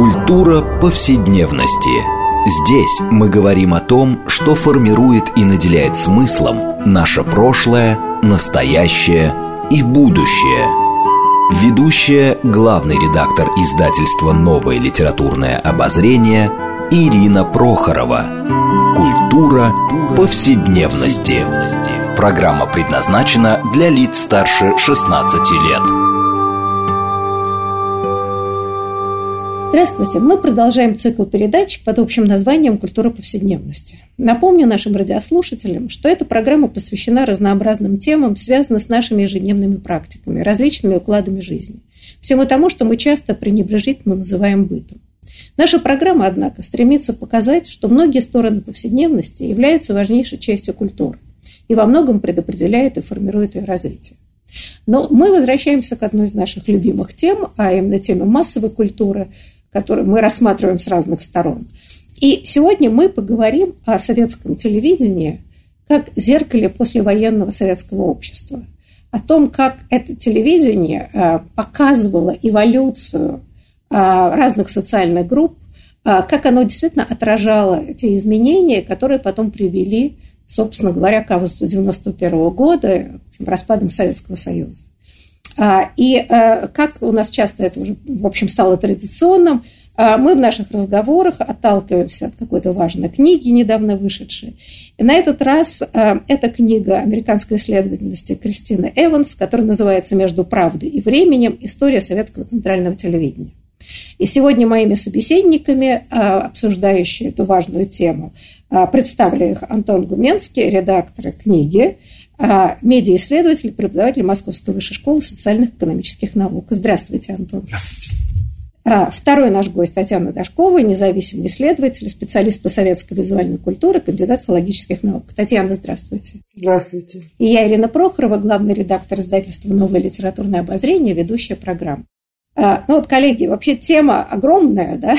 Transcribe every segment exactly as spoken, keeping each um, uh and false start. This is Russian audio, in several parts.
Культура повседневности. Здесь мы говорим о том, что формирует и наделяет смыслом наше прошлое, настоящее и будущее. Ведущая, главный редактор издательства «Новое литературное обозрение» Ирина Прохорова. Культура повседневности. Программа предназначена для лиц старше шестнадцати лет. Здравствуйте! Мы продолжаем цикл передач под общим названием «Культура повседневности». Напомню нашим радиослушателям, что эта программа посвящена разнообразным темам, связанным с нашими ежедневными практиками, различными укладами жизни. Всему тому, что мы часто пренебрежительно называем бытом. Наша программа, однако, стремится показать, что многие стороны повседневности являются важнейшей частью культуры и во многом предопределяют и формируют ее развитие. Но мы возвращаемся к одной из наших любимых тем, а именно теме массовой культуры, которую мы рассматриваем с разных сторон. И сегодня мы поговорим о советском телевидении как зеркале послевоенного советского общества, о том, как это телевидение показывало эволюцию разных социальных групп, как оно действительно отражало те изменения, которые потом привели, собственно говоря, к августу девяносто первого года, распадом Советского Союза. И как у нас часто это уже, в общем, стало традиционным, мы в наших разговорах отталкиваемся от какой-то важной книги, недавно вышедшей. И на этот раз это книга американской исследовательницы Кристины Эванс, которая называется «Между правдой и временем. История советского центрального телевидения». И сегодня моими собеседниками, обсуждающие эту важную тему, представлю их: Антон Гуменский, редактор книги, медиаисследователь, преподаватель Московской высшей школы социально-экономических наук. Здравствуйте, Антон. Здравствуйте. Второй наш гость Татьяна Дашкова, независимый исследователь, специалист по советской визуальной культуре, кандидат филологических наук. Татьяна, здравствуйте. Здравствуйте. И я, Ирина Прохорова, главный редактор издательства «Новое литературное обозрение», ведущая программы. Ну вот, коллеги, вообще тема огромная, да,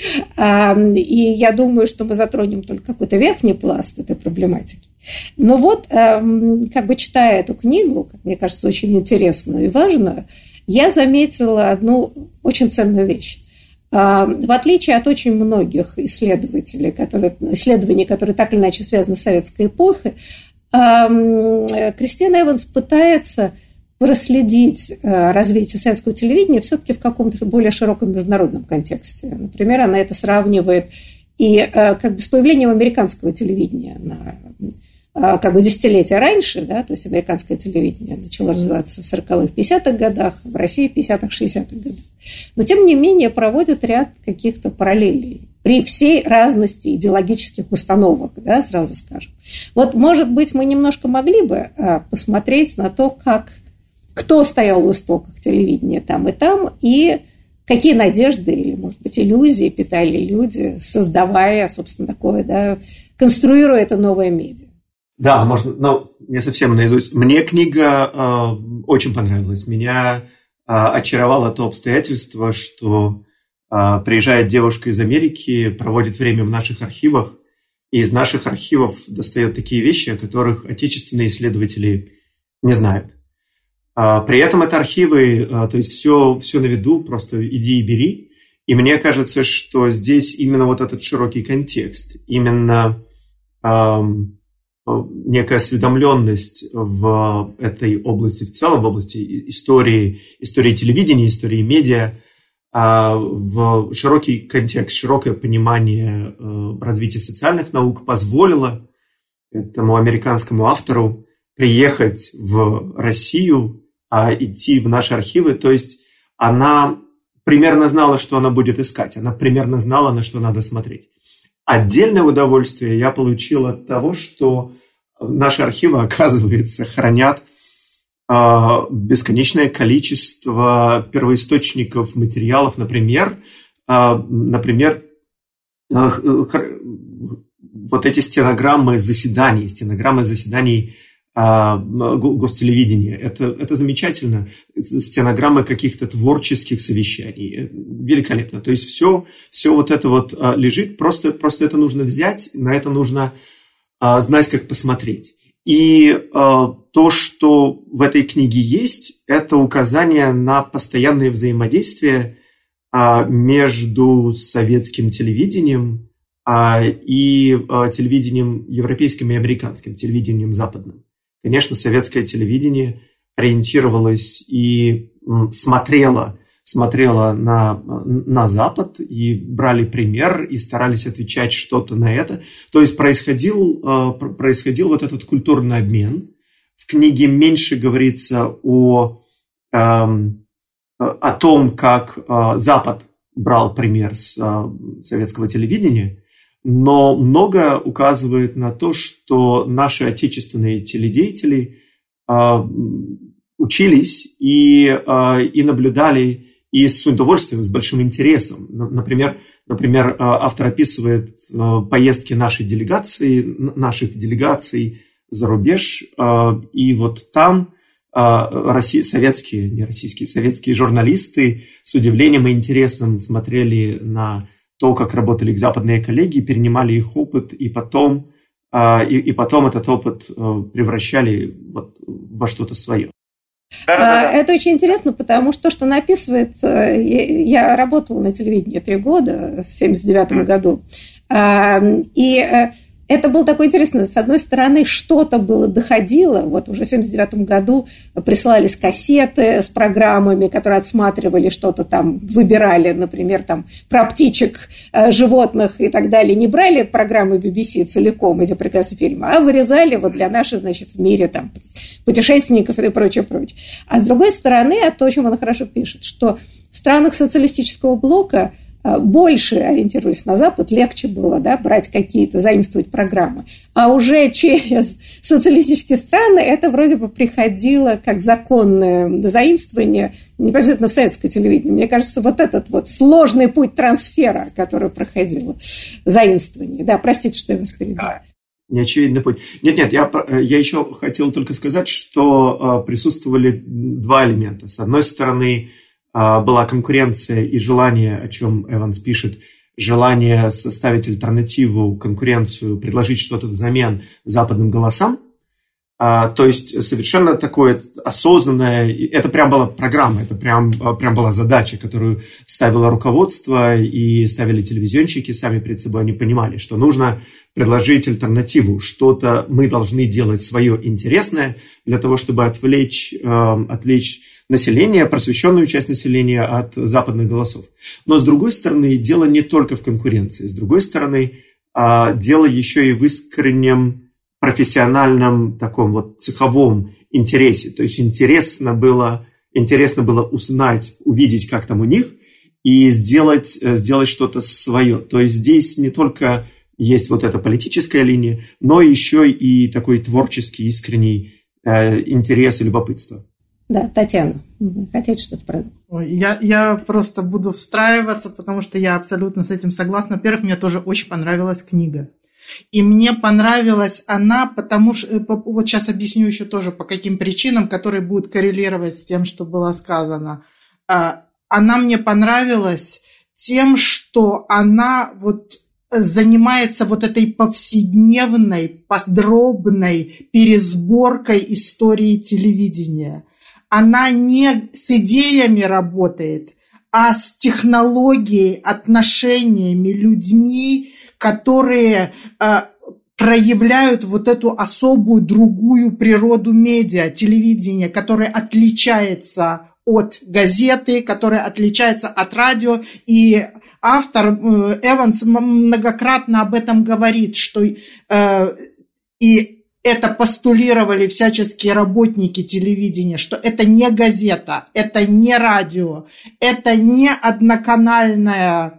и я думаю, что мы затронем только какой-то верхний пласт этой проблематики. Но вот, как бы читая эту книгу, как мне кажется, очень интересную и важную, я заметила одну очень ценную вещь. В отличие от очень многих исследователей, которые, исследований, которые так или иначе связаны с советской эпохой, Кристина Эванс пытается проследить развитие советского телевидения все-таки в каком-то более широком международном контексте. Например, она это сравнивает и как бы с появлением американского телевидения на как бы десятилетия раньше, да, то есть американское телевидение начало развиваться в сороковых, пятидесятых годах, в России в пятидесятых, шестидесятых годах. Но, тем не менее, проводят ряд каких-то параллелей при всей разности идеологических установок, да, сразу скажем. Вот, может быть, мы немножко могли бы посмотреть на то, как кто стоял у истоков телевидения там и там, и какие надежды или, может быть, иллюзии питали люди, создавая, собственно, такое, да, конструируя это новое медиа. Да, можно, но не совсем наизусть. Мне книга э, очень понравилась. Меня э, очаровало то обстоятельство, что э, приезжает девушка из Америки, проводит время в наших архивах, и из наших архивов достает такие вещи, о которых отечественные исследователи не знают. При этом это архивы, то есть все, все на виду, просто иди и бери. И мне кажется, что здесь именно вот этот широкий контекст, именно э, некая осведомленность в этой области в целом, в области истории, истории телевидения, истории медиа, э, в широкий контекст, широкое понимание э, развития социальных наук позволило этому американскому автору приехать в Россию, а идти в наши архивы, то есть она примерно знала, что она будет искать, она примерно знала, на что надо смотреть. Отдельное удовольствие я получил от того, что наши архивы, оказывается, хранят э, бесконечное количество первоисточников материалов, например, э, например, э, э, вот эти стенограммы заседаний, стенограммы заседаний гостелевидения. Это, это замечательно. Стенограммы каких-то творческих совещаний. Великолепно. То есть все, все вот это вот лежит. Просто, просто это нужно взять, на это нужно знать, как посмотреть. И то, что в этой книге есть, это указание на постоянное взаимодействие между советским телевидением и телевидением европейским и американским, телевидением западным. Конечно, советское телевидение ориентировалось и смотрело, смотрело на, на Запад, и брали пример, и старались отвечать что-то на это. То есть происходил, происходил вот этот культурный обмен. В книге меньше говорится о, о том, как Запад брал пример с советского телевидения, но много указывает на то, что наши отечественные теледеятели учились и, и наблюдали и с удовольствием, с большим интересом. Например, например, автор описывает поездки нашей делегации, наших делегаций за рубеж, и вот там Россия, советские, не российские, советские журналисты с удивлением и интересом смотрели на то, как работали их западные коллеги, перенимали их опыт, и потом, и, и потом этот опыт превращали вот во что-то свое. Это очень интересно, потому что то, что она описывает, я работала на телевидении три года, в семьдесят девятом году, и это было такое интересное. С одной стороны, что-то было доходило. Вот уже в семьдесят девятом году присылались кассеты с программами, которые отсматривали что-то там, выбирали, например, там, про птичек, животных и так далее. Не брали программы би би си целиком, эти прекрасные фильмы, а вырезали вот для наших, значит, в мире там, путешественников и прочее, прочее. А с другой стороны, то, о чем она хорошо пишет, что в странах социалистического блока больше ориентировались на Запад, легче было, да, брать какие-то, заимствовать программы. А уже через социалистические страны это вроде бы приходило как законное заимствование непосредственно в советское телевидение. Мне кажется, вот этот вот сложный путь трансфера, который проходило, заимствование. Да, простите, что я вас перебила. Неочевидный путь. Нет-нет, я, я еще хотел только сказать, что присутствовали два элемента. С одной стороны, была конкуренция и желание, о чем Эванс пишет, желание составить альтернативу, конкуренцию, предложить что-то взамен западным голосам. А, то есть совершенно такое осознанное, это прям была программа, это прям, прям была задача, которую ставило руководство и ставили телевизионщики сами перед собой. Они понимали, что нужно предложить альтернативу, что-то мы должны делать свое интересное для того, чтобы отвлечь, э, отвлечь население, просвещенную часть населения от западных голосов. Но с другой стороны, дело не только в конкуренции. С другой стороны, э, дело еще и в искреннем профессиональном таком вот цеховом интересе. То есть интересно было, интересно было узнать, увидеть, как там у них, и сделать, сделать что-то свое. То есть здесь не только есть вот эта политическая линия, но еще и такой творческий, искренний э, интерес и любопытство. Да, Татьяна, хотите что-то продать? Я, я просто буду встраиваться, потому что я абсолютно с этим согласна. Во-первых, мне тоже очень понравилась книга. И мне понравилась она, потому что, вот сейчас объясню еще тоже, по каким причинам, которые будут коррелировать с тем, что было сказано. Она мне понравилась тем, что она вот занимается вот этой повседневной, подробной пересборкой истории телевидения. Она не с идеями работает, а с технологией, отношениями, людьми, которые э, проявляют вот эту особую другую природу медиа, телевидения, которая отличается от газеты, которая отличается от радио. И автор э, Эванс многократно об этом говорит, что э, и это постулировали всяческие работники телевидения, что это не газета, это не радио, это не одноканальная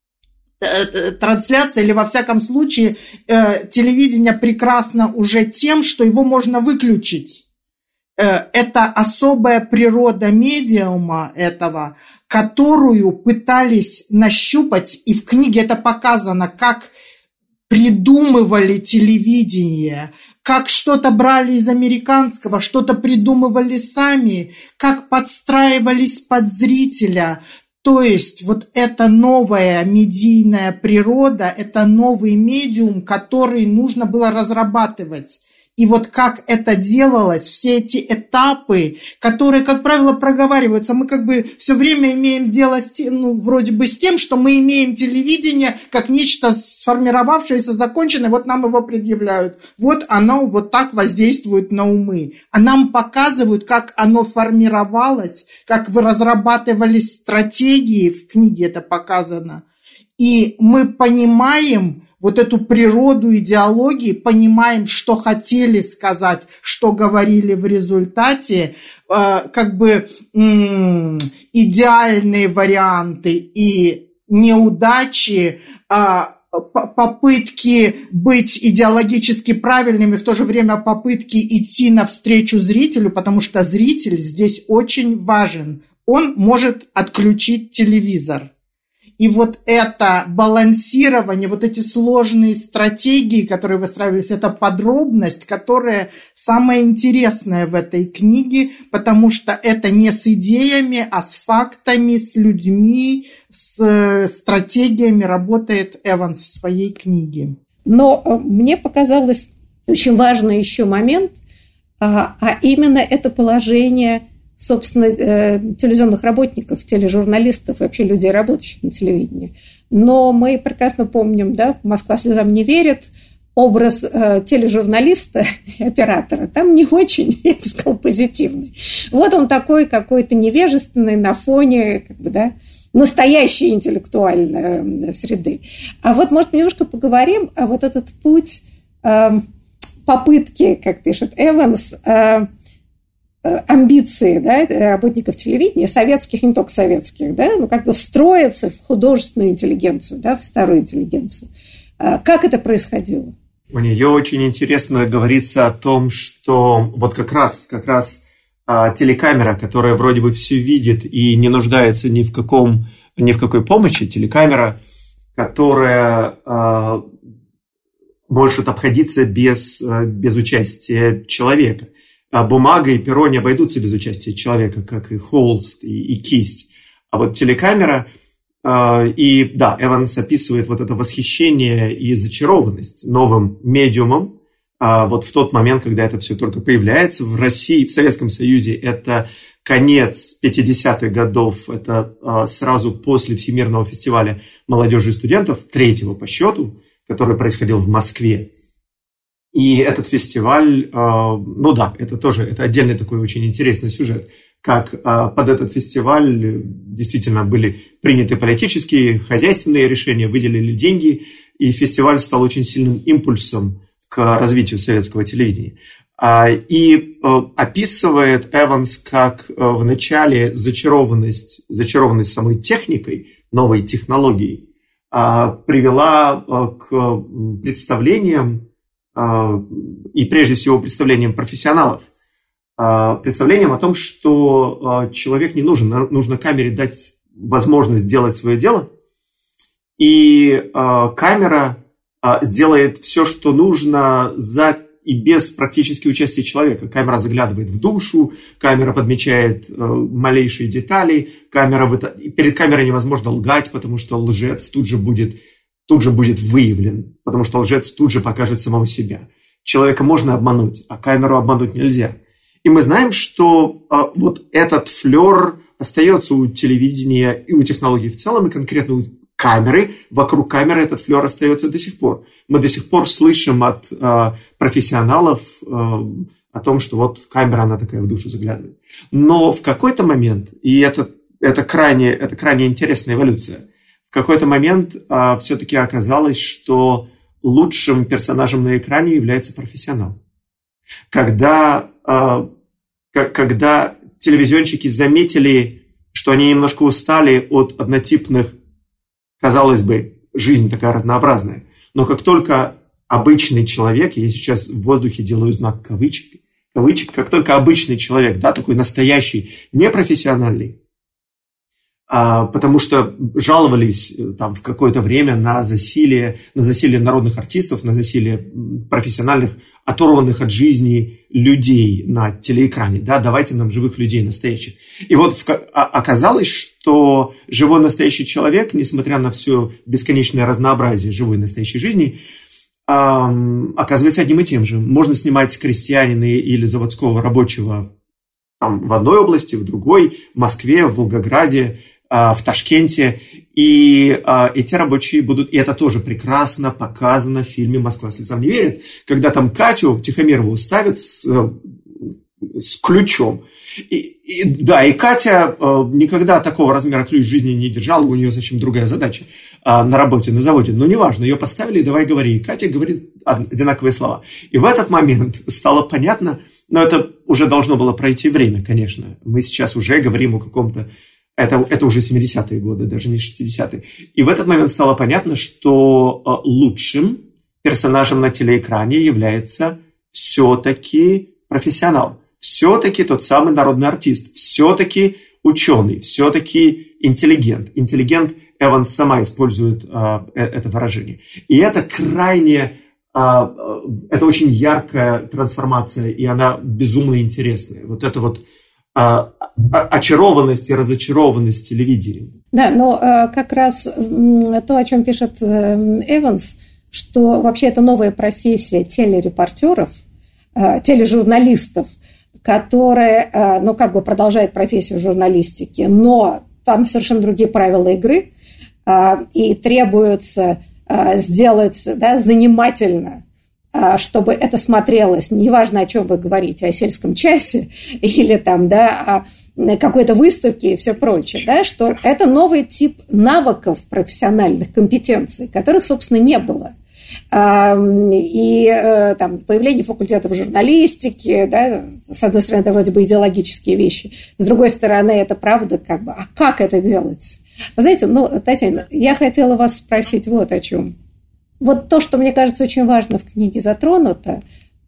трансляция, или во всяком случае э, телевидение прекрасно уже тем, что его можно выключить. Э, это особая природа медиума этого, которую пытались нащупать, и в книге это показано, как придумывали телевидение, как что-то брали из американского, что-то придумывали сами, как подстраивались под зрителя. То есть вот эта новая медийная природа, это новый медиум, который нужно было разрабатывать. И вот как это делалось, все эти этапы, которые, как правило, проговариваются, мы как бы все время имеем дело с тем, ну, вроде бы с тем, что мы имеем телевидение как нечто сформировавшееся, законченное, вот нам его предъявляют. Вот оно вот так воздействует на умы. А нам показывают, как оно формировалось, как вы разрабатывались стратегии, в книге это показано. И мы понимаем вот эту природу идеологии, понимаем, что хотели сказать, что говорили в результате, как бы идеальные варианты и неудачи, попытки быть идеологически правильными, в то же время попытки идти навстречу зрителю, потому что зритель здесь очень важен. Он может отключить телевизор. И вот это балансирование, вот эти сложные стратегии, которые выстраивались, это подробность, которая самая интересная в этой книге, потому что это не с идеями, а с фактами, с людьми, с стратегиями работает Эванс в своей книге. Но мне показалось очень важный еще момент, а, а именно это положение, собственно, телевизионных работников, тележурналистов и вообще людей, работающих на телевидении. Но мы прекрасно помним, да, «Москва слезам не верит», образ э, тележурналиста и оператора там не очень, я бы сказала, позитивный. Вот он такой какой-то невежественный на фоне, как бы, да, настоящей интеллектуальной среды. А вот, может, немножко поговорим о вот этот путь э, попытки, как пишет Эванс, э, амбиции, да, работников телевидения, советских, не только советских, да, ну, как бы встроиться в художественную интеллигенцию, да, в старую интеллигенцию. Как это происходило? У нее очень интересно говорится о том, что вот как раз, как раз а, телекамера, которая вроде бы все видит и не нуждается ни в каком, ни в какой помощи, телекамера, которая а, может обходиться без, без участия человека. А бумага и перо не обойдутся без участия человека, как и холст, и, и кисть. А вот телекамера, э, и да, Эванс описывает вот это восхищение и зачарованность новым медиумом. А вот в тот момент, когда это все только появляется, в России, в Советском Союзе, это конец пятидесятых годов, это э, сразу после Всемирного фестиваля молодежи и студентов, третьего по счету, который происходил в Москве. И этот фестиваль, ну да, это тоже это отдельный такой очень интересный сюжет, как под этот фестиваль действительно были приняты политические, хозяйственные решения, выделили деньги, и фестиваль стал очень сильным импульсом к развитию советского телевидения. И описывает Эванс как вначале зачарованность, зачарованность самой техникой, новой технологией, привела к представлениям, и прежде всего представлением профессионалов, представлением о том, что человек не нужен, нужно камере дать возможность делать свое дело, и камера сделает все, что нужно за и без практически участия человека. Камера заглядывает в душу, камера подмечает малейшие детали, камера... перед камерой невозможно лгать, потому что лжец тут же будет... тут же будет выявлен, потому что лжец тут же покажет самого себя. Человека можно обмануть, а камеру обмануть нельзя. И мы знаем, что а, вот этот флер остается у телевидения и у технологий в целом, и конкретно у камеры. Вокруг камеры этот флер остается до сих пор. Мы до сих пор слышим от а, профессионалов а, о том, что вот камера, она такая в душу заглядывает. Но в какой-то момент, и это, это, крайне, это крайне интересная эволюция, в какой-то момент а, все-таки оказалось, что лучшим персонажем на экране является профессионал. Когда, а, к- когда телевизионщики заметили, что они немножко устали от однотипных, казалось бы, жизнь такая разнообразная, но как только обычный человек, я сейчас в воздухе делаю знак кавычек, кавычек, как только обычный человек, да, такой настоящий, непрофессиональный, а, потому что жаловались там в какое-то время на засилие, на засилие народных артистов, на засилие профессиональных, оторванных от жизни людей на телеэкране. Да, давайте нам живых людей настоящих. И вот в, оказалось, что живой настоящий человек, несмотря на все бесконечное разнообразие живой настоящей жизни, оказывается одним и тем же. Можно снимать крестьянина или заводского рабочего там, в одной области, в другой, в Москве, в Волгограде, в Ташкенте. И эти рабочие будут... И это тоже прекрасно показано в фильме «Москва слезам не верит», когда там Катю Тихомирову ставят с, с ключом. И, и, да, и Катя э, никогда такого размера ключ в жизни не держала, у нее совсем другая задача э, на работе, на заводе. Но неважно, ее поставили, давай говори. И Катя говорит одинаковые слова. И в этот момент стало понятно, но это уже должно было пройти время, конечно. Мы сейчас уже говорим о каком-то... Это, это уже семидесятые годы, даже не шестидесятые. И в этот момент стало понятно, что э, лучшим персонажем на телеэкране является все-таки профессионал. Все-таки тот самый народный артист, все-таки ученый, все-таки интеллигент. Интеллигент, Эванс сама использует а, это выражение. И это крайне, а, это очень яркая трансформация, и она безумно интересная. Вот это вот а, очарованность и разочарованность телевидением. Да, но а, как раз то, о чем пишет Эванс, что вообще это новая профессия телерепортеров, а, тележурналистов, которая, ну, как бы продолжает профессию журналистики, но там совершенно другие правила игры, и требуется сделать, да, занимательно, чтобы это смотрелось, неважно, о чем вы говорите, о сельском часе или там, да, о какой-то выставке и все прочее, да, что это новый тип навыков профессиональных компетенций, которых, собственно, не было. И там, появление факультетов журналистики, да, с одной стороны, это вроде бы идеологические вещи, с другой стороны, это правда, как бы, а как это делать? Вы знаете, ну, Татьяна, я хотела вас спросить вот о чем. Вот то, что, мне кажется, очень важно в книге затронуто,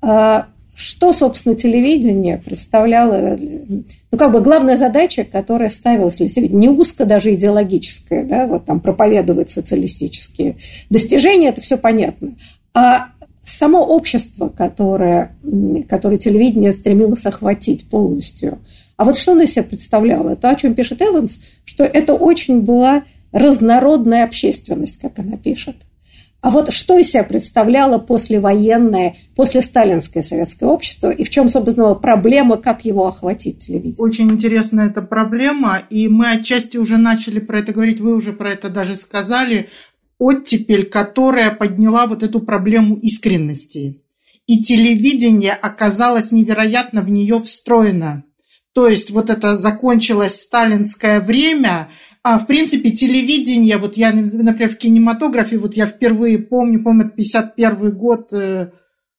что, собственно, телевидение представляло, ну, как бы главная задача, которая ставилась для телевидения, не узко даже идеологическая, да, вот там проповедовать социалистические достижения, это все понятно, а само общество, которое, которое телевидение стремилось охватить полностью. А вот что оно из себя представляло? То, о чем пишет Эванс, что это очень была разнородная общественность, как она пишет. А вот что из себя представляло послевоенное, послесталинское советское общество, и в чем, собственно, проблема, как его охватить телевидение? Очень интересная эта проблема, и мы отчасти уже начали про это говорить, вы уже про это даже сказали, оттепель, которая подняла вот эту проблему искренности. И телевидение оказалось невероятно в нее встроено. То есть вот это закончилось сталинское время. А, в принципе, телевидение, вот я, например, в кинематографе, вот я впервые помню, помню, это пятьдесят первый год, э,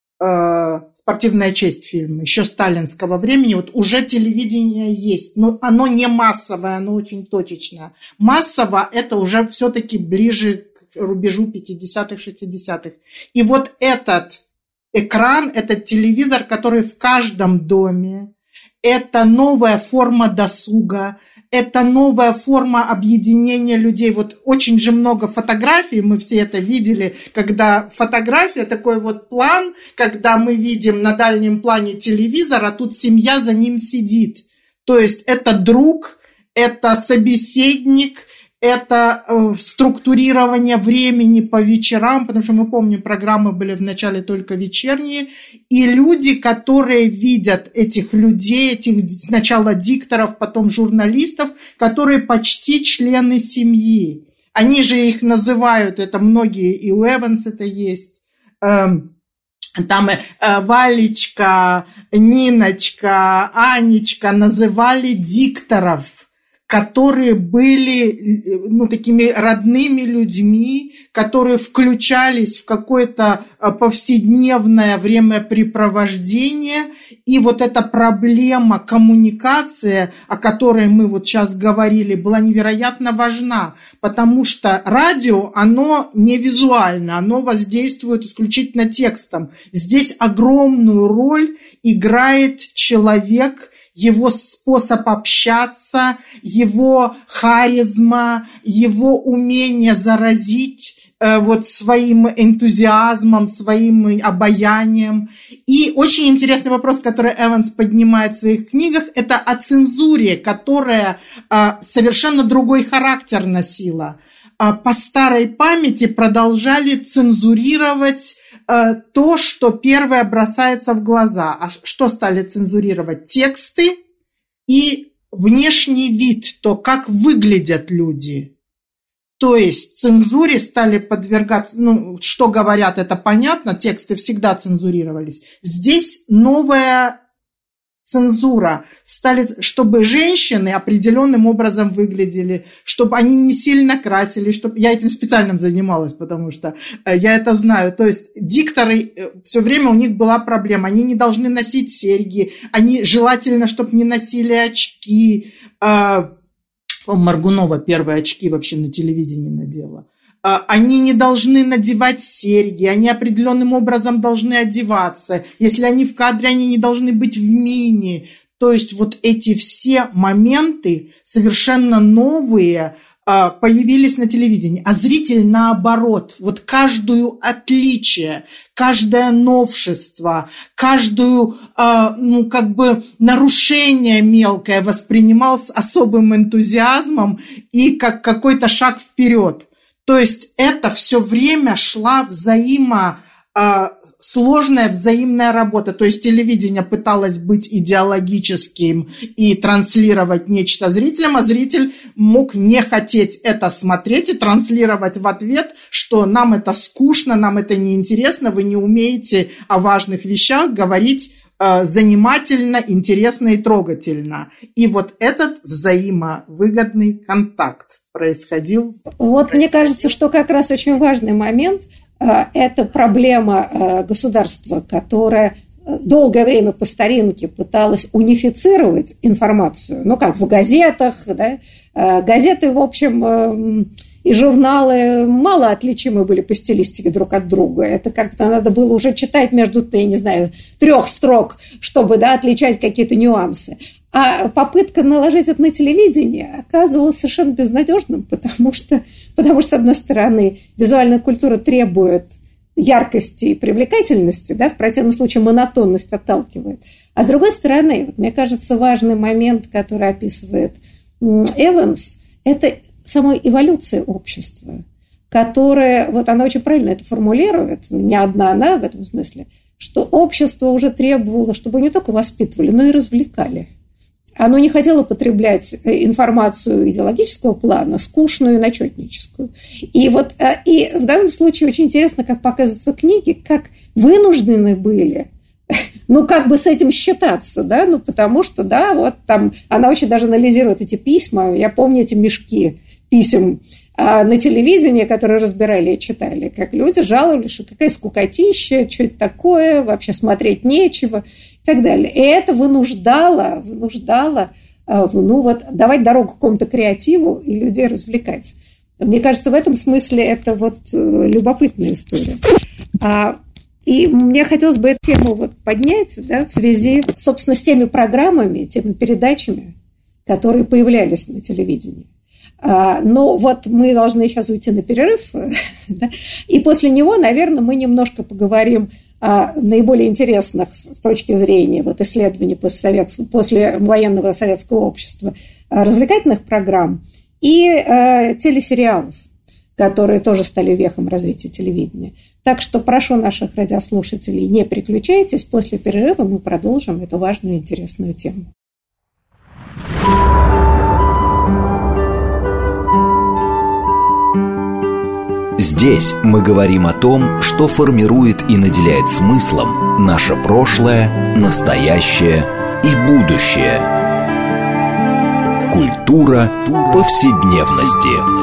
э, «Спортивная честь» фильм, еще сталинского времени, вот уже телевидение есть, но оно не массовое, оно очень точечное. Массово это уже все-таки ближе к рубежу пятидесятых, шестидесятых. И вот этот экран, этот телевизор, который в каждом доме, это новая форма досуга, это новая форма объединения людей. Вот очень же много фотографий, мы все это видели, когда фотография, такой вот план, когда мы видим на дальнем плане телевизор, а тут семья за ним сидит. То есть это друг, это собеседник, это э, структурирование времени по вечерам, потому что мы помним, программы были вначале только вечерние, и люди, которые видят этих людей, этих сначала дикторов, потом журналистов, которые почти члены семьи. Они же их называют, это многие, и у Эванса это есть, э, там э, Валечка, Ниночка, Анечка называли дикторов, которые были, ну, такими родными людьми, которые включались в какое-то повседневное времяпрепровождение. И вот эта проблема коммуникации, о которой мы вот сейчас говорили, была невероятно важна, потому что радио, оно не визуально, оно воздействует исключительно текстом. Здесь огромную роль играет человек, его способ общаться, его харизма, его умение заразить э, вот своим энтузиазмом, своим обаянием. И очень интересный вопрос, который Эванс поднимает в своих книгах, это о цензуре, которая э, совершенно другой характер носила. Э, по старой памяти продолжали цензурировать то, что первое бросается в глаза. А что стали цензурировать? Тексты и внешний вид, то, как выглядят люди. То есть цензуре стали подвергаться, ну, что говорят, это понятно, тексты всегда цензурировались. Здесь новая цензура. Стали, чтобы женщины определенным образом выглядели, чтобы они не сильно красились, чтобы... Я этим специально занималась, потому что я это знаю. То есть дикторы, все время у них была проблема. Они не должны носить серьги, они желательно, чтобы не носили очки. Маргунова первые очки вообще на телевидении надела. Они не должны надевать серьги, они определенным образом должны одеваться. Если они в кадре, они не должны быть в мини. То есть вот эти все моменты совершенно новые появились на телевидении. А зритель наоборот, вот каждую отличие, каждое новшество, каждую, ну, как бы нарушение мелкое воспринимал с особым энтузиазмом и как какой-то шаг вперед. То есть это все время шла взаимо сложная взаимная работа. То есть телевидение пыталось быть идеологическим и транслировать нечто зрителям, а зритель мог не хотеть это смотреть и транслировать в ответ, что нам это скучно, нам это неинтересно, вы не умеете о важных вещах говорить э, занимательно, интересно и трогательно. И вот этот взаимовыгодный контакт происходил. Вот происходил. Мне кажется, что как раз очень важный момент – это проблема государства, которое долгое время по старинке пыталось унифицировать информацию, ну, как в газетах, да? Газеты, в общем, и журналы мало отличимы были по стилистике друг от друга. Это как-то надо было уже читать между, я не знаю, трех строк, чтобы, да, отличать какие-то нюансы. А попытка наложить это на телевидение оказывалась совершенно безнадежным, потому что, потому что, с одной стороны, визуальная культура требует яркости и привлекательности, да, в противном случае монотонность отталкивает. А с другой стороны, вот, мне кажется, важный момент, который описывает Эванс, это сама эволюция общества, которая, вот она очень правильно это формулирует, не одна она в этом смысле, что общество уже требовало, чтобы не только воспитывали, но и развлекали. Оно не хотело потреблять информацию идеологического плана, скучную и начетническую. И вот и в данном случае очень интересно, как показываются книги, как вынуждены были, ну, как бы с этим считаться, да, ну, потому что, да, вот там, она очень даже анализирует эти письма, я помню эти мешки писем на телевидении, которые разбирали и читали, как люди жаловались, что какая скукотища, что это такое, вообще смотреть нечего и так далее. И это вынуждало, вынуждало ну, вот, давать дорогу какому-то креативу и людей развлекать. Мне кажется, в этом смысле это вот любопытная история. И мне хотелось бы эту тему вот поднять, да, в связи, собственно, с теми программами, теми передачами, которые появлялись на телевидении. Но вот мы должны сейчас уйти на перерыв, да, и после него, наверное, мы немножко поговорим о наиболее интересных с точки зрения вот, исследований после, после военного советского общества развлекательных программ и э, телесериалов, которые тоже стали вехом развития телевидения. Так что прошу наших радиослушателей, не переключайтесь, после перерыва мы продолжим эту важную и интересную тему. Здесь мы говорим о том, что формирует и наделяет смыслом наше прошлое, настоящее и будущее. Культура повседневности.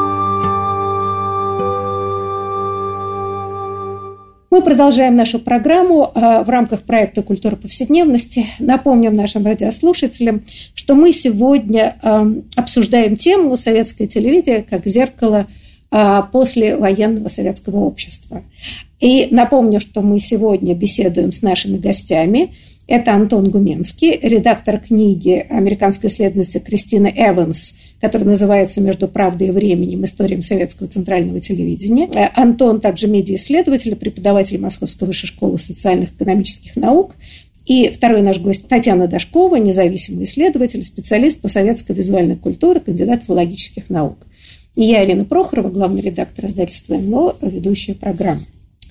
Мы продолжаем нашу программу в рамках проекта «Культура повседневности». Напомним нашим радиослушателям, что мы сегодня обсуждаем тему «Советское телевидение как зеркало после военного советского общества». И напомню, что мы сегодня беседуем с нашими гостями. Это Антон Гуменский, редактор книги американской исследовательницы Кристины Эванс, которая называется «Между правдой и временем. Историям советского центрального телевидения». Антон также медиаисследователь, преподаватель Московской высшей школы социальных и экономических наук. И второй наш гость Татьяна Дашкова, независимый исследователь, специалист по советской визуальной культуре, кандидат филологических наук. И я, Ирина Прохорова, главный редактор издательства эн эл о, ведущая программы.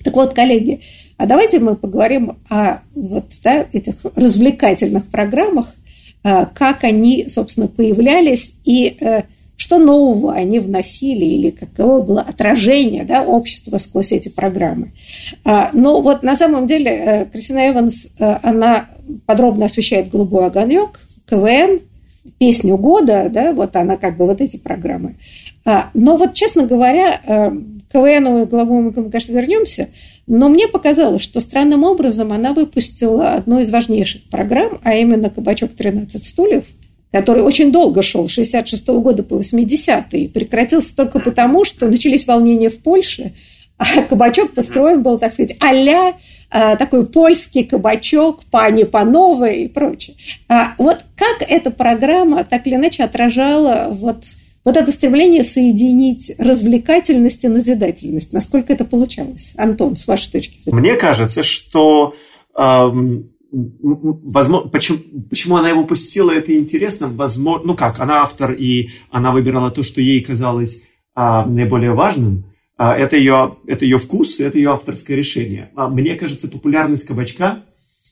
Так вот, коллеги, а давайте мы поговорим о вот, да, этих развлекательных программах, как они, собственно, появлялись и что нового они вносили или каково было отражение, да, общества сквозь эти программы. Но вот на самом деле Кристина Эванс, она подробно освещает «Голубой огонек», КВН, песню года, да, вот она как бы вот эти программы. Но вот, честно говоря, к КВНу и «Голубому огоньку» мы, конечно, вернемся, но мне показалось, что странным образом она выпустила одну из важнейших программ, а именно «Кабачок тринадцать стульев», который очень долго шел, с шестьдесят шестого года по восьмидесятые, и прекратился только потому, что начались волнения в Польше, а кабачок построен был, так сказать, а-ля а, такой польский кабачок, пани Пановой и прочее. А вот как эта программа так или иначе отражала вот, вот это стремление соединить развлекательность и назидательность? Насколько это получалось? Антон, с вашей точки зрения. Мне кажется, что... Эм... Возможно, почему, почему она его пустила, это интересно. Возможно, ну как, она автор, и она выбирала то, что ей казалось а, наиболее важным. А, это, ее, это ее вкус, это ее авторское решение. А, мне кажется, популярность кабачка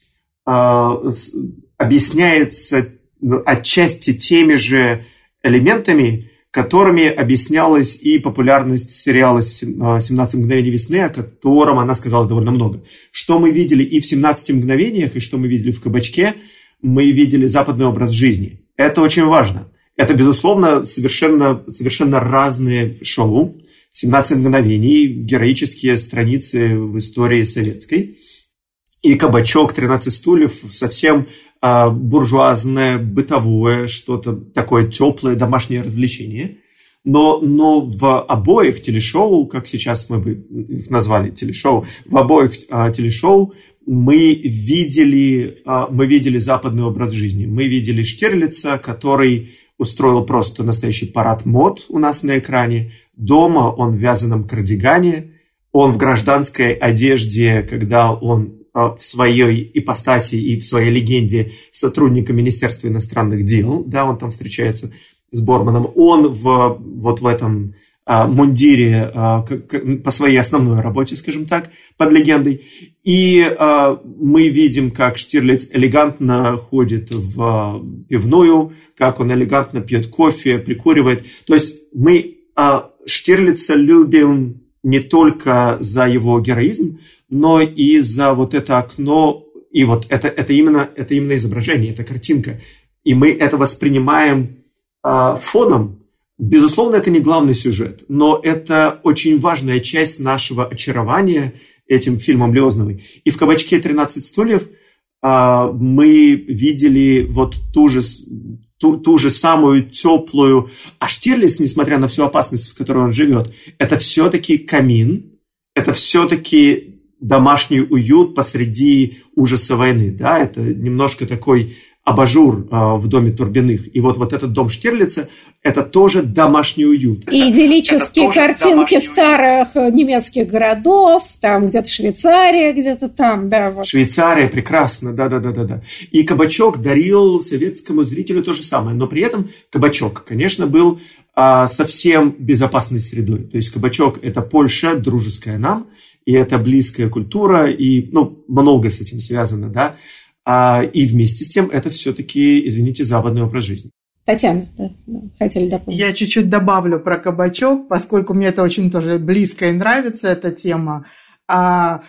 а, с, объясняется отчасти теми же элементами, которыми объяснялась и популярность сериала «семнадцать мгновений весны», о котором она сказала довольно много. Что мы видели и в «семнадцати мгновениях», и что мы видели в «Кабачке», мы видели западный образ жизни. Это очень важно. Это, безусловно, совершенно, совершенно разные шоу. «семнадцать мгновений», героические страницы в истории советской. И «Кабачок», «тринадцать стульев» совсем а, буржуазное, бытовое, что-то такое теплое, домашнее развлечение. Но, но в обоих телешоу, как сейчас мы бы их назвали телешоу, в обоих а, телешоу мы видели, а, мы видели западный образ жизни. Мы видели Штирлица, который устроил просто настоящий парад мод у нас на экране. Дома он в вязаном кардигане, он в гражданской одежде, когда он в своей ипостаси и в своей легенде сотрудника Министерства иностранных дел, да, он там встречается с Борманом, он в, вот в этом а, мундире а, к, к, по своей основной работе, скажем так, под легендой, и а, мы видим, как Штирлиц элегантно ходит в а, пивную, как он элегантно пьет кофе, прикуривает, то есть мы а, Штирлица любим не только за его героизм, но и за вот это окно, и вот это, это, именно, это именно изображение, это картинка. И мы это воспринимаем э, фоном. Безусловно, это не главный сюжет, но это очень важная часть нашего очарования этим фильмом Лёзновой. И в «Кабачке тринадцать стульев» э, мы видели вот ту же, ту, ту же самую теплую... А Штирлиц, несмотря на всю опасность, в которой он живет, это все-таки камин, это все-таки... домашний уют посреди ужаса войны, да, это немножко такой абажур э, в доме Турбиных. И вот, вот этот дом Штирлица, это тоже домашний уют. И идиллические картинки старых уют. Немецких городов, там где-то Швейцария, где-то там, да. Вот. Швейцария, прекрасно, да-да-да-да. И «Кабачок» дарил советскому зрителю то же самое, но при этом «Кабачок», конечно, был э, совсем безопасной средой. То есть «Кабачок» – это Польша, дружеская нам, и это близкая культура, и ну, много с этим связано, да. А, и вместе с тем это все-таки, извините, западный образ жизни. Татьяна, да, да, хотели дополнить. Я чуть-чуть добавлю про кабачок, поскольку мне это очень тоже близко и нравится, эта тема. А,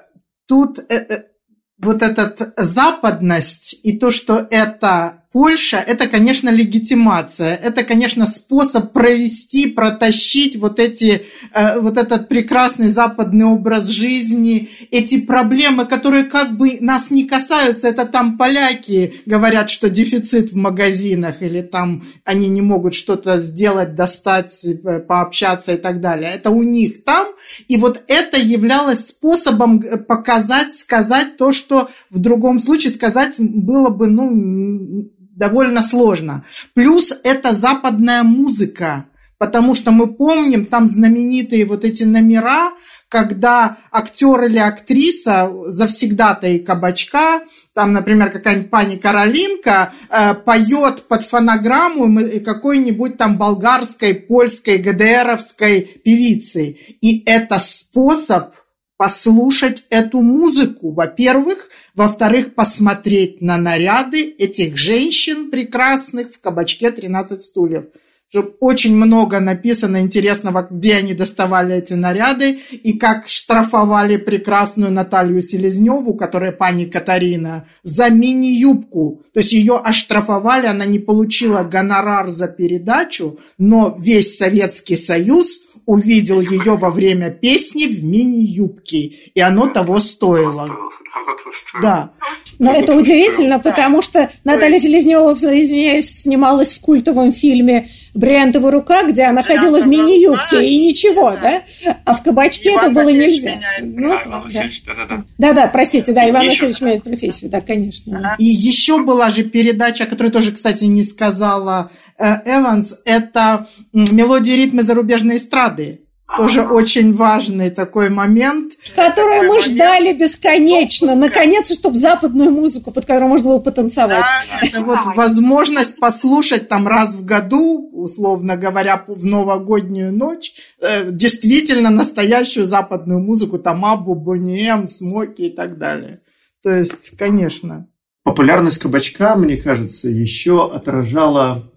тут э, вот эта западность и то, что это Польша, это, конечно, легитимация, это, конечно, способ провести, протащить вот, эти, э, вот этот прекрасный западный образ жизни, эти проблемы, которые как бы нас не касаются, это там поляки говорят, что дефицит в магазинах, или там они не могут что-то сделать, достать, пообщаться и так далее. Это у них там, и вот это являлось способом показать, сказать то, что в другом случае сказать было бы, ну, довольно сложно. Плюс это западная музыка, потому что мы помним там знаменитые вот эти номера, когда актер или актриса, завсегдатай кабачка, там, например, какая-нибудь пани Каролинка э, поет под фонограмму какой-нибудь там болгарской, польской, ГДРовской певицы. И это способ послушать эту музыку, во-первых. Во-вторых, посмотреть на наряды этих женщин прекрасных в кабачке «тринадцать стульев». Очень много написано интересного, где они доставали эти наряды и как штрафовали прекрасную Наталью Селезневу, которая пани Катарина, за мини-юбку. То есть ее оштрафовали, она не получила гонорар за передачу, но весь Советский Союз увидел ее во время песни в мини-юбке, и оно того стоило. Да. Но это удивительно, потому что Наталья Селезнева, извиняюсь, снималась в культовом фильме «Бриллиантовая рука», где она ходила в мини-юбке, и ничего, да? А в кабачке это было нельзя. Ну, да. Да-да, простите, да, Иван Васильевич меняет профессию, да, конечно. И еще была же передача, которую тоже, кстати, не сказала Эванс, это «Мелодии, ритмы зарубежной эстрады». Тоже очень важный такой момент. Который мы ждали бесконечно. Наконец-то, чтобы западную музыку, под которую можно было потанцевать. Да, это вот возможность послушать там раз в году, условно говоря, в новогоднюю ночь, действительно настоящую западную музыку, там Аббу, Бони Эм, Смоки и так далее. То есть, конечно. Популярность кабачка, мне кажется, еще отражала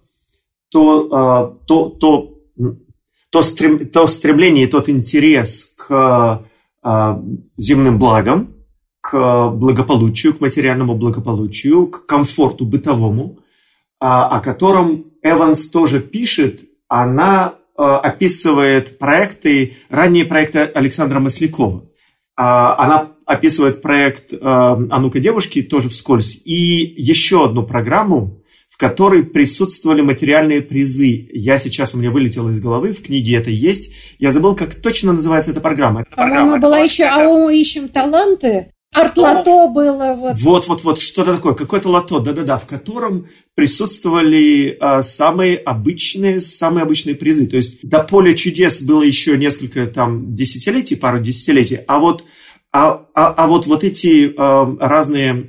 то, то, то То, стрем, то стремление, тот интерес к а, земным благам, к благополучию, к материальному благополучию, к комфорту бытовому, а, о котором Эванс тоже пишет. Она а, описывает проекты, ранние проекты Александра Маслякова. А, она описывает проект а, «А ну-ка, девушки», тоже вскользь, и еще одну программу, в которой присутствовали материальные призы. Я сейчас, у меня вылетело из головы, в книге это есть. Я забыл, как точно называется эта программа. Эта По-моему, была еще «АО мы ищем таланты». Арт-лото было. Вот. Вот-вот-вот, что-то такое, какое-то лото, да-да-да, в котором присутствовали а, самые обычные, самые обычные призы. То есть до «Поля чудес» было еще несколько там десятилетий, пару десятилетий, а вот А, а, а вот, вот эти а, разные,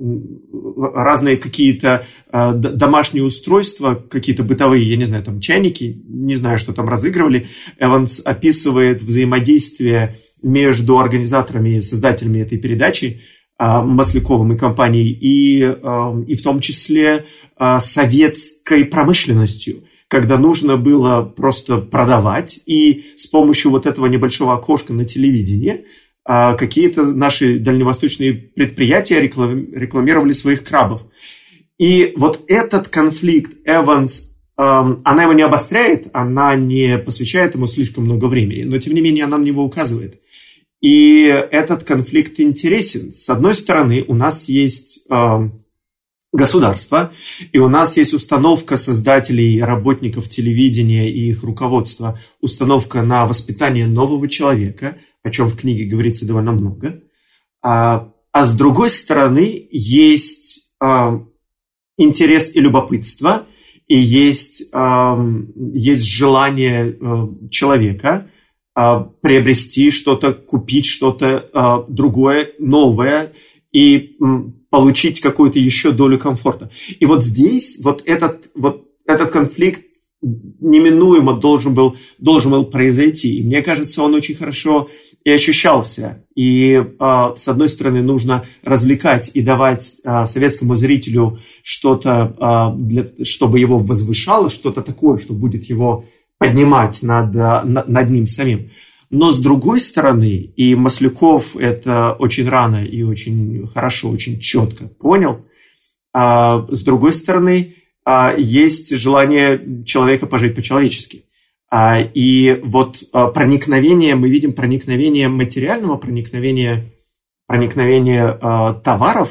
разные какие-то а, домашние устройства, какие-то бытовые, я не знаю, там чайники, не знаю, что там разыгрывали, Эванс описывает взаимодействие между организаторами и создателями этой передачи, а, Масляковым и компанией, и, а, и в том числе а, советской промышленностью, когда нужно было просто продавать, и с помощью вот этого небольшого окошка на телевидении какие-то наши дальневосточные предприятия рекламировали своих крабов. И вот этот конфликт Эванс, она его не обостряет, она не посвящает ему слишком много времени, но тем не менее она на него указывает. И этот конфликт интересен. С одной стороны, у нас есть государство, и у нас есть установка создателей, работников телевидения и их руководства, установка на воспитание нового человека, о чем в книге говорится довольно много. А, а с другой стороны, есть а, интерес и любопытство, и есть, а, есть желание а, человека а, приобрести что-то, купить что-то а, другое, новое, и м, получить какую-то еще долю комфорта. И вот здесь вот этот, вот этот конфликт неминуемо должен был, должен был произойти. И мне кажется, он очень хорошо и ощущался. И, э, с одной стороны, нужно развлекать и давать э, советскому зрителю что-то, э, для, чтобы его возвышало, что-то такое, что будет его поднимать над, над, над ним самим. Но с другой стороны, и Масляков это очень рано и очень хорошо, очень четко понял, э, с другой стороны, есть желание человека пожить по-человечески. И вот проникновение, мы видим проникновение материального, проникновение, проникновение товаров,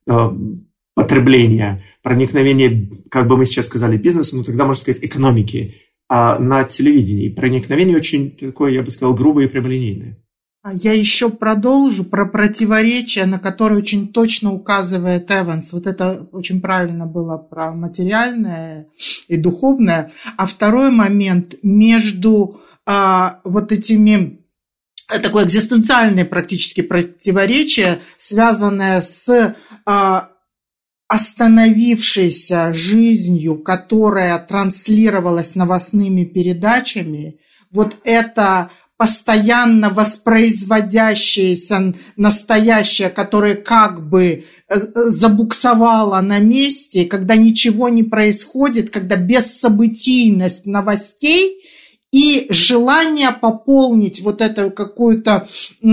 потребления, проникновение, как бы мы сейчас сказали, бизнеса, ну тогда можно сказать экономики на телевидении. Проникновение очень такое, я бы сказал, грубое и прямолинейное. Я еще продолжу про противоречия, на которые очень точно указывает Эванс. Вот это очень правильно было про материальное и духовное. А второй момент между а, вот этими, такое экзистенциальное практически противоречие, связанное с а, остановившейся жизнью, которая транслировалась новостными передачами. Вот это постоянно воспроизводящееся настоящее, которое как бы забуксовало на месте, когда ничего не происходит, когда бессобытийность новостей и желание пополнить вот это какую-то,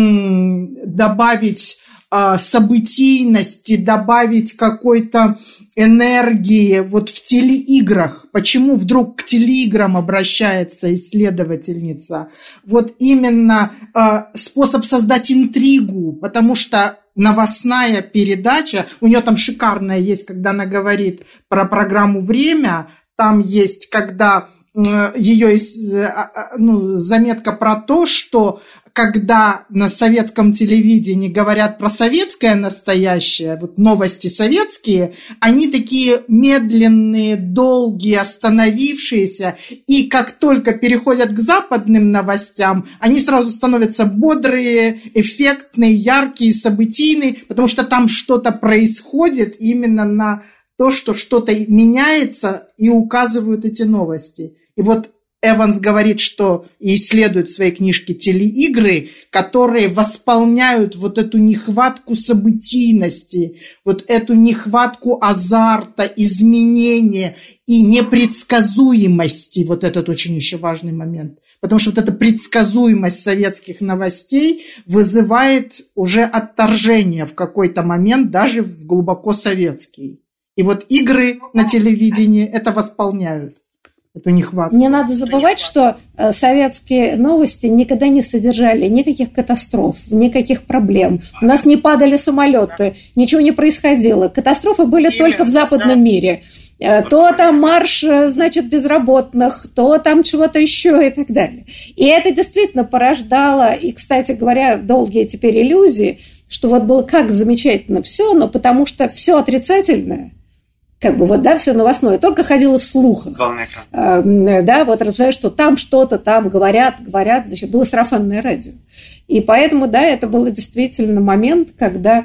добавить событийности, добавить какой-то энергии вот в телеиграх. Почему вдруг к телеиграм обращается исследовательница? Вот именно э, способ создать интригу, потому что новостная передача, у нее там шикарная есть, когда она говорит про программу «Время», там есть, когда э, ее э, ну, заметка про то, что когда на советском телевидении говорят про советское настоящее, вот новости советские, они такие медленные, долгие, остановившиеся, и как только переходят к западным новостям, они сразу становятся бодрые, эффектные, яркие, событийные, потому что там что-то происходит именно на то, что что-то меняется, и указывают эти новости. И вот Эванс говорит, что и исследует в своей книжке телеигры, которые восполняют вот эту нехватку событийности, вот эту нехватку азарта, изменения и непредсказуемости. Вот этот очень еще важный момент. Потому что вот эта предсказуемость советских новостей вызывает уже отторжение в какой-то момент, даже в глубоко советский. И вот игры на телевидении это восполняют. Эту нехватку. Не надо забывать, что советские новости никогда не содержали никаких катастроф, никаких проблем. У нас не падали самолеты, ничего не происходило. Катастрофы были Именно, только в западном да. мире. То там марш, значит, безработных, то там чего-то еще и так далее. И это действительно порождало, и, кстати говоря, долгие теперь иллюзии, что вот было как замечательно все, но потому что все отрицательное, как бы вот, да, все новостное, только ходило в слухах. Э, да, вот рассказать, что там что-то там говорят, говорят, значит, было сарафанное радио. И поэтому, да, это был действительно момент, когда,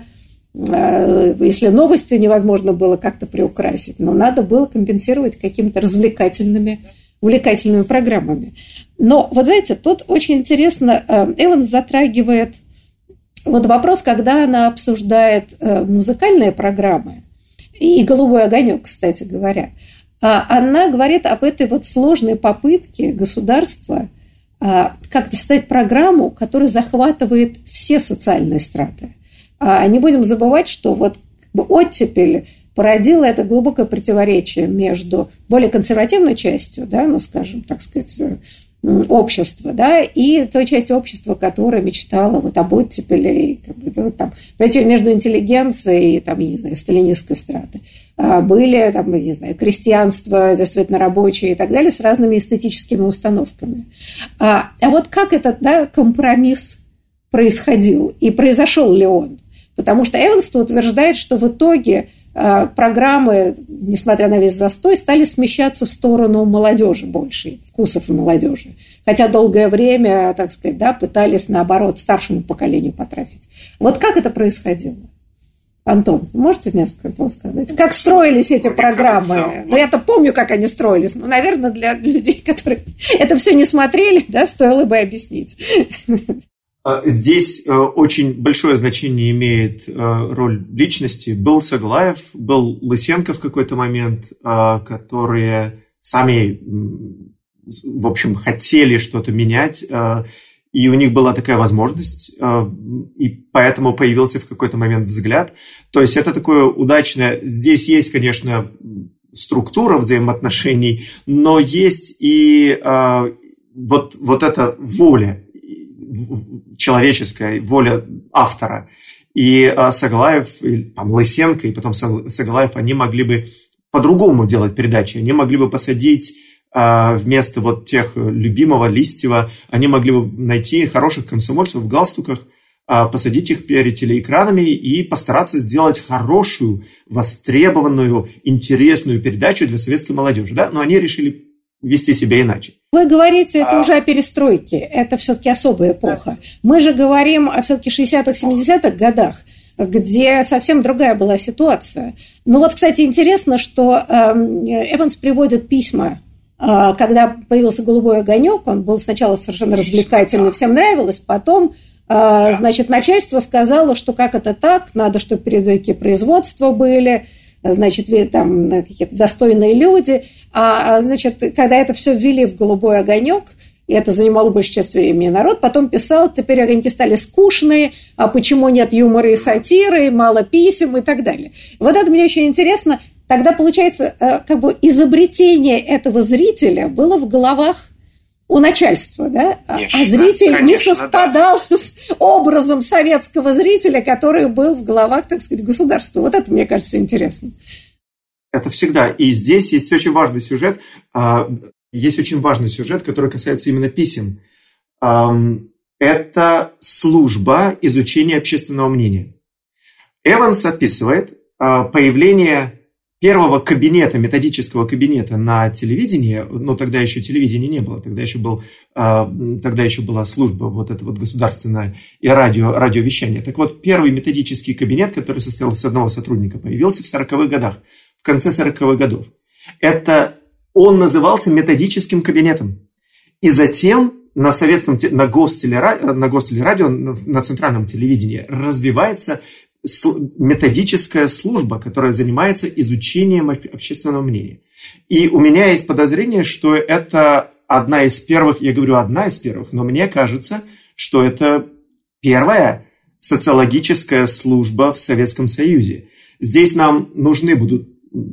э, если новости невозможно было как-то приукрасить, но надо было компенсировать какими-то развлекательными, увлекательными программами. Но, вот знаете, тут очень интересно, э, Эванс затрагивает вот вопрос, когда она обсуждает э, музыкальные программы, и «Голубой огонек», кстати говоря. Она говорит об этой вот сложной попытке государства как-то создать программу, которая захватывает все социальные страты. Не будем забывать, что вот оттепель породила это глубокое противоречие между более консервативной частью, да, ну, скажем, так сказать, общества, да, и той частью общества, которая мечтала вот об оттепели, и, как бы, вот, там, между интеллигенцией и, там, я не знаю, сталинистской страты. Были, там, не знаю, крестьянство, действительно, рабочие и так далее, с разными эстетическими установками. А, а вот как этот, да, компромисс происходил, и произошел ли он? Потому что Эванс утверждает, что в итоге программы, несмотря на весь застой, стали смещаться в сторону молодежи больше, вкусов и молодежи. Хотя долгое время, так сказать, да, пытались, наоборот, старшему поколению потрафить. Вот как это происходило? Антон, можете несколько слов сказать? Как строились эти программы? Ну, я-то помню, как они строились. Но, наверное, для людей, которые это все не смотрели, да, стоило бы объяснить. Здесь очень большое значение имеет роль личности. Был Саглаев, был Лысенко в какой-то момент, которые сами, в общем, хотели что-то менять, и у них была такая возможность, и поэтому появился в какой-то момент взгляд. То есть это такое удачное... Здесь есть, конечно, структура взаимоотношений, но есть и вот, вот эта воля, человеческая воля автора. И а, Саглаев, и, там, Лысенко, и потом Саглаев, они могли бы по-другому делать передачи. Они могли бы посадить а, вместо вот тех любимого Листьева, они могли бы найти хороших комсомольцев в галстуках, а, посадить их перед телеэкранами и постараться сделать хорошую, востребованную, интересную передачу для советской молодежи. Да? Но они решили вести себя иначе. Вы говорите, это а... уже о перестройке, это все-таки особая эпоха. Мы же говорим о все-таки шестидесятых, семидесятых годах, где совсем другая была ситуация. Но вот, кстати, интересно, что Эванс приводит письма когда появился «Голубой огонек», он был сначала совершенно развлекательный, всем нравилось, потом, значит, начальство сказало, что как это так, надо, чтобы передовики производства были, значит, там какие-то достойные люди. А, значит, когда это все ввели в «Голубой огонек», и это занимало большую часть времени, народ потом писал, теперь огоньки стали скучные, а почему нет юмора и сатиры, мало писем и так далее. Вот это мне очень интересно. Тогда, получается, как бы изобретение этого зрителя было в головах у начальства, да? Конечно, а зритель конечно, не совпадал да. с образом советского зрителя, который был в головах, так сказать, государства. Вот это, мне кажется, интересно. Это всегда. И здесь есть очень важный сюжет. Есть очень важный сюжет, который касается именно писем. Это служба изучения общественного мнения. Эванс описывает появление первого кабинета, методического кабинета на телевидении, но тогда еще телевидения не было, тогда еще, был, тогда еще была служба вот эта вот государственная и радио, радиовещание. Так вот, первый методический кабинет, который состоял из одного сотрудника, появился в сорковых годах, в конце сороковых годов. Это он назывался методическим кабинетом. И затем на советском, на гостелерадио, на гостелерадио, на центральном телевидении развивается методическая служба, которая занимается изучением общественного мнения. И у меня есть подозрение, что это одна из первых, я говорю одна из первых, но мне кажется, что это первая социологическая служба в Советском Союзе. Здесь нам нужны будут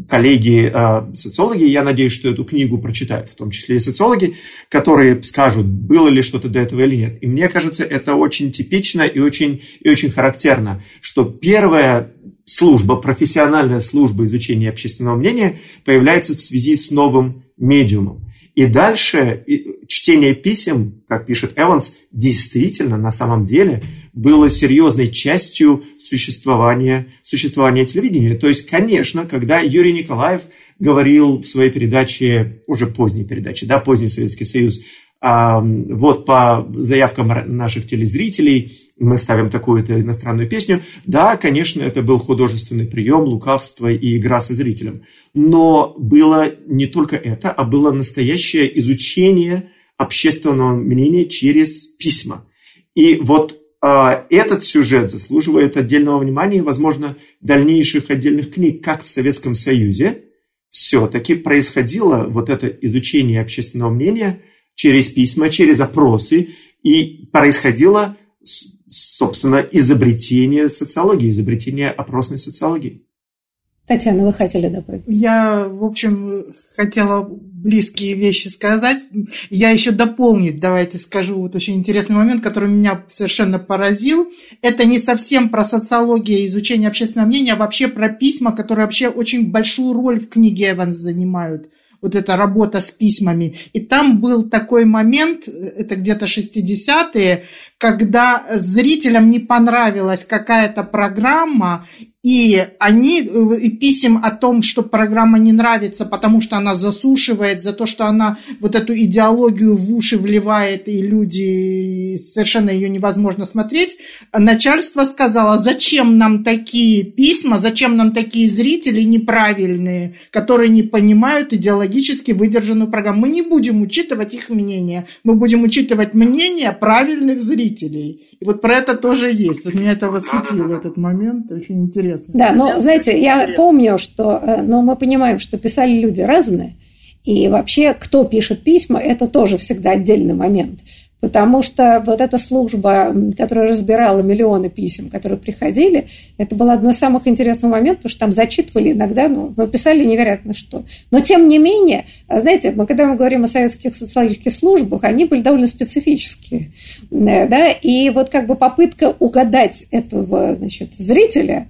коллеги-социологи, я надеюсь, что эту книгу прочитают, в том числе и социологи, которые скажут, было ли что-то до этого или нет. И мне кажется, это очень типично и очень, и очень характерно, что первая служба, профессиональная служба изучения общественного мнения появляется в связи с новым медиумом. И дальше чтение писем, как пишет Эванс, действительно, на самом деле, было серьезной частью существования, существования телевидения. То есть, конечно, когда Юрий Николаев говорил в своей передаче, уже поздней передаче, да, поздний Советский Союз, а, вот по заявкам наших телезрителей мы ставим такую-то иностранную песню, да, конечно, это был художественный прием, лукавство и игра со зрителем. Но было не только это, а было настоящее изучение общественного мнения через письма. И вот а, этот сюжет заслуживает отдельного внимания и, возможно, дальнейших отдельных книг, как в Советском Союзе все-таки происходило вот это изучение общественного мнения через письма, через опросы, и происходило, собственно, изобретение социологии, изобретение опросной социологии. Татьяна, вы хотели добавить? Я, в общем, хотела близкие вещи сказать. Я еще дополнить, давайте скажу, вот очень интересный момент, который меня совершенно поразил. Это не совсем про социологию и изучение общественного мнения, а вообще про письма, которые вообще очень большую роль в книге Эванс занимают. Вот эта работа с письмами. И там был такой момент, это где-то шестидесятые, когда зрителям не понравилась какая-то программа, и они и писем о том, что программа не нравится, потому что она засушивает, за то, что она вот эту идеологию в уши вливает, и люди совершенно ее невозможно смотреть. Начальство сказало, зачем нам такие письма, зачем нам такие зрители неправильные, которые не понимают идеологически выдержанную программу. Мы не будем учитывать их мнение, мы будем учитывать мнение правильных зрителей. И вот про это тоже есть. Вот меня это восхитило, этот момент, очень интересно. Да, но, знаете, я помню, что, но мы понимаем, что писали люди разные, и вообще, кто пишет письма, это тоже всегда отдельный момент, потому что вот эта служба, которая разбирала миллионы писем, которые приходили, это был один из самых интересных моментов, потому что там зачитывали иногда, ну, мы писали невероятно что. Но, тем не менее, знаете, мы, когда мы говорим о советских социологических службах, они были довольно специфические, да, и вот как бы попытка угадать этого, значит, зрителя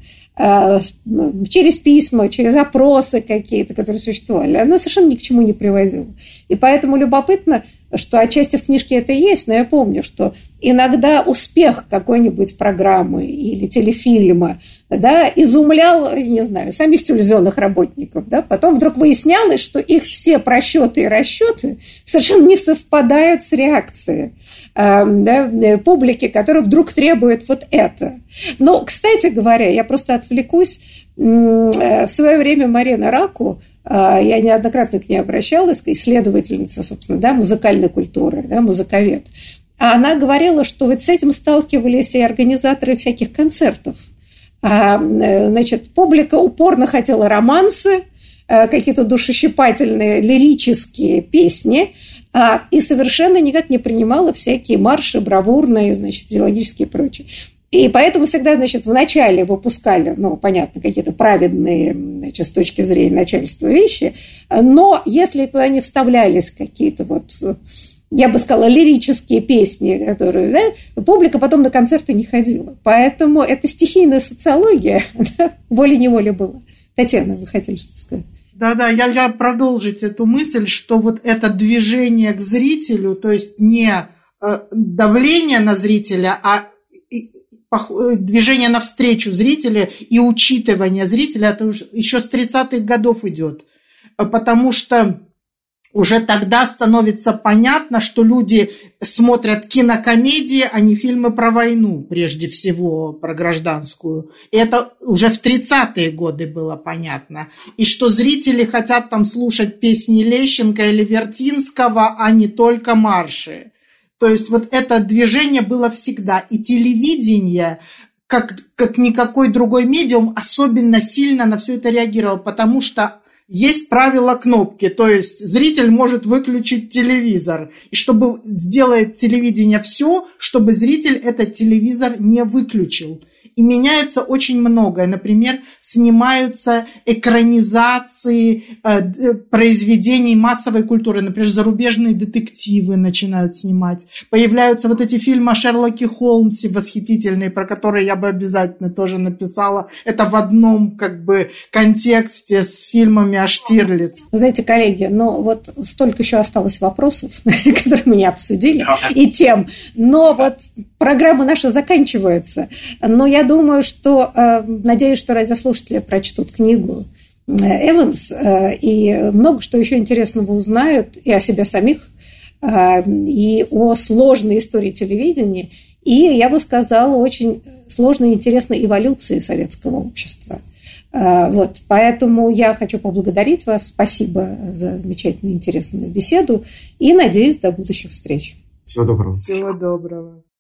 через письма, через опросы какие-то, которые существовали, оно совершенно ни к чему не приводило. И поэтому любопытно, что отчасти в книжке это есть, но я помню, что иногда успех какой-нибудь программы или телефильма, да, изумлял, не знаю, самих телевизионных работников. Да? Потом вдруг выяснялось, что их все просчеты и расчеты совершенно не совпадают с реакцией э, да, публики, которая вдруг требует вот это. Но, кстати говоря, я просто отвлекусь. В свое время Марина Раку Я неоднократно к ней обращалась, исследовательница, собственно, да, музыкальной культуры, да, музыковед. А она говорила, что вот с этим сталкивались и организаторы всяких концертов. А, значит, публика упорно хотела романсы, какие-то душещипательные лирические песни, и совершенно никак не принимала всякие марши, бравурные, значит, идеологические и прочее. И поэтому всегда, значит, вначале выпускали, ну, понятно, какие-то праведные, значит, с точки зрения начальства вещи, но если туда не вставлялись какие-то вот, я бы сказала, лирические песни, которые, да, публика потом на концерты не ходила. Поэтому это стихийная социология, да, волей-неволей была. Татьяна, вы хотели что-то сказать? Да-да, я, я продолжить эту мысль, что вот это движение к зрителю, то есть не э, давление на зрителя, а движение навстречу зрителю и учитывание зрителя, это уже еще с тридцатых годов идет, потому что уже тогда становится понятно, что люди смотрят кинокомедии, а не фильмы про войну, прежде всего про гражданскую. И это уже в тридцатые годы было понятно. И что зрители хотят там слушать песни Лещенко или Вертинского, а не только марши. То есть вот это движение было всегда. И телевидение, как, как никакой другой медиум, особенно сильно на все это реагировало, потому что есть правило кнопки, то есть зритель может выключить телевизор. И чтобы сделать телевидение все, чтобы зритель этот телевизор не выключил. И меняется очень многое. Например, снимаются экранизации э, произведений массовой культуры. Например, зарубежные детективы начинают снимать. Появляются вот эти фильмы о Шерлоке Холмсе восхитительные, про которые я бы обязательно тоже написала. Это в одном как бы контексте с фильмами о Штирлиц. Вы знаете, коллеги, но вот столько еще осталось вопросов, которые мы не обсудили, и тем. Но вот программа наша заканчивается. Но я думаю, что, надеюсь, что радиослушатели прочтут книгу Эванс и много что еще интересного узнают и о себе самих, и о сложной истории телевидения, и, я бы сказала, очень сложной и интересной эволюции советского общества. Вот, поэтому я хочу поблагодарить вас. Спасибо за замечательную, интересную беседу и надеюсь, до будущих встреч. Всего доброго. Всего доброго.